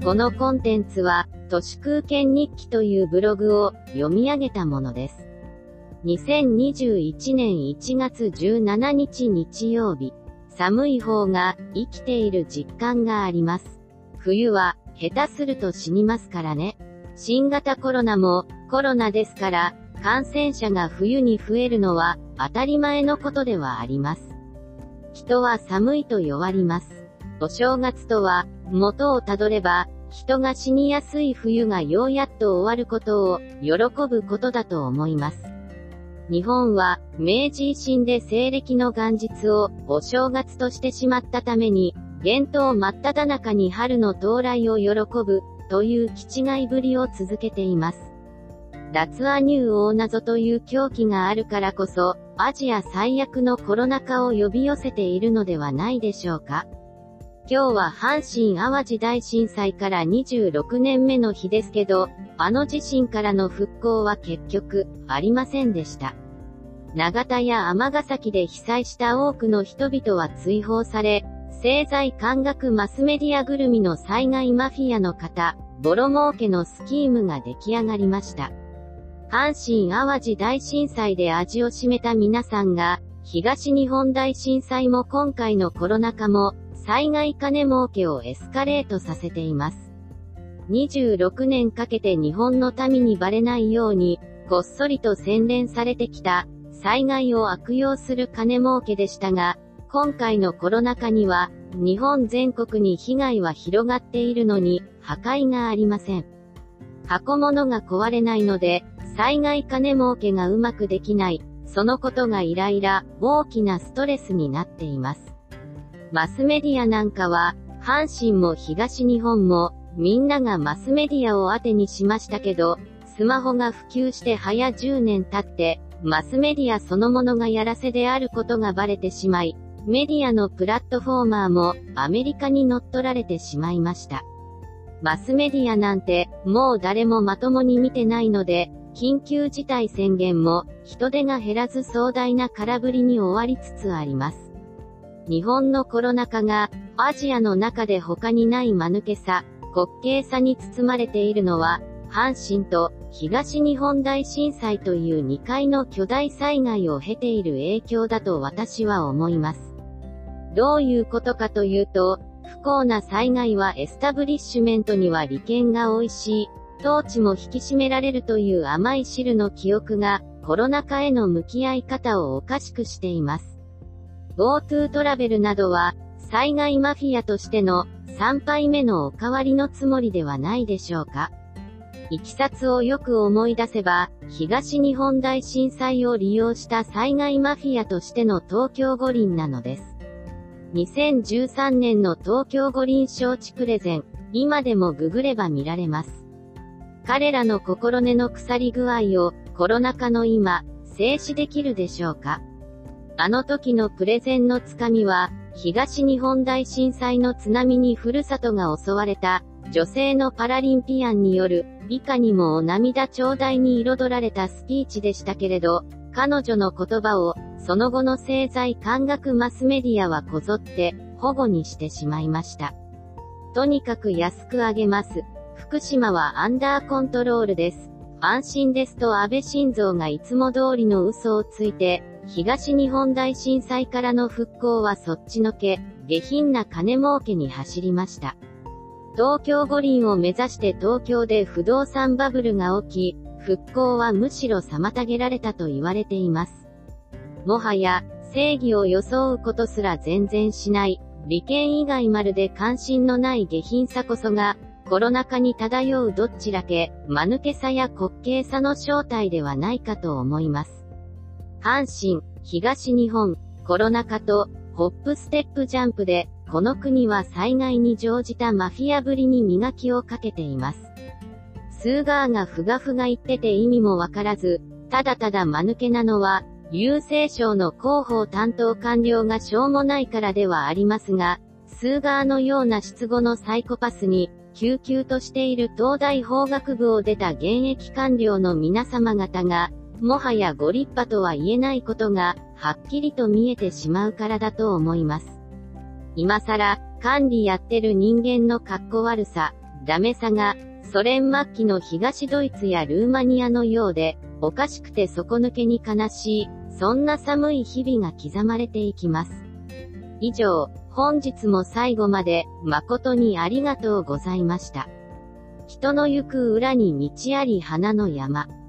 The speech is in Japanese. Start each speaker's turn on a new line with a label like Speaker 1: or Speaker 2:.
Speaker 1: このコンテンツは、都市空間日記というブログを読み上げたものです。2021年1月17日日曜日。寒い方が生きている実感があります。冬は下手すると死にますからね。新型コロナもコロナですから、感染者が冬に増えるのは当たり前のことではあります。人は寒いと弱ります。お正月とは、元をたどれば、人が死にやすい冬がようやっと終わることを喜ぶことだと思います。日本は明治維新で西暦の元日をお正月としてしまったために、厳冬真っ只中に春の到来を喜ぶという気違いぶりを続けています。脱亜入大謎という狂気があるからこそ、アジア最悪のコロナ禍を呼び寄せているのではないでしょうか。今日は阪神淡路大震災から26年目の日ですけど、あの地震からの復興は結局、ありませんでした。長田や尼崎で被災した多くの人々は追放され、政財官学マスメディアぐるみの災害マフィアの方、ボロ儲けのスキームが出来上がりました。阪神淡路大震災で味を占めた皆さんが、東日本大震災も今回のコロナ禍も、災害金儲けをエスカレートさせています。26年かけて日本の民にバレないように、こっそりと洗練されてきた、災害を悪用する金儲けでしたが、今回のコロナ禍には、日本全国に被害は広がっているのに、破壊がありません。箱物が壊れないので、災害金儲けがうまくできない、そのことがイライラ、大きなストレスになっています。マスメディアなんかは、阪神も東日本も、みんながマスメディアを当てにしましたけど、スマホが普及して早10年経って、マスメディアそのものがやらせであることがバレてしまい、メディアのプラットフォーマーもアメリカに乗っ取られてしまいました。マスメディアなんて、もう誰もまともに見てないので、緊急事態宣言も人手が減らず壮大な空振りに終わりつつあります。日本のコロナ禍がアジアの中で他にない間抜けさ、滑稽さに包まれているのは、阪神と東日本大震災という2回の巨大災害を経ている影響だと私は思います。どういうことかというと、不幸な災害はエスタブリッシュメントには利権が美味しい、統治も引き締められるという甘い汁の記憶が、コロナ禍への向き合い方をおかしくしています。GoTo トラベルなどは、災害マフィアとしての3杯目のおかわりのつもりではないでしょうか。いきさつをよく思い出せば、東日本大震災を利用した災害マフィアとしての東京五輪なのです。2013年の東京五輪招致プレゼン、今でもググれば見られます。彼らの心根の腐り具合をコロナ禍の今、静止できるでしょうか。あの時のプレゼンのつかみは、東日本大震災の津波にふるさとが襲われた女性のパラリンピアンによる、いかにもお涙頂戴に彩られたスピーチでしたけれど、彼女の言葉を、その後の政財官学マスメディアはこぞって保護にしてしまいました。とにかく安くあげます。福島はアンダーコントロールです。安心ですと安倍晋三がいつも通りの嘘をついて、東日本大震災からの復興はそっちのけ、下品な金儲けに走りました。東京五輪を目指して東京で不動産バブルが起き、復興はむしろ妨げられたと言われています。もはや、正義を装うことすら全然しない、利権以外まるで関心のない下品さこそが、コロナ禍に漂うどっちらけ、間抜けさや滑稽さの正体ではないかと思います。阪神、東日本、コロナ禍と、ホップステップジャンプで、この国は災害に乗じたマフィアぶりに磨きをかけています。スーガーがふがふが言ってて意味もわからず、ただただ間抜けなのは、郵政省の広報担当官僚がしょうもないからではありますが、スーガーのような失語のサイコパスに、救急としている東大法学部を出た現役官僚の皆様方が、もはやご立派とは言えないことが、はっきりと見えてしまうからだと思います。今更、管理やってる人間のかっこ悪さ、 ダメさが、ソ連末期の東ドイツやルーマニアのようで、おかしくて底抜けに悲しい、そんな寒い日々が刻まれていきます。以上、本日も最後まで、誠にありがとうございました。人の行く裏に道あり花の山。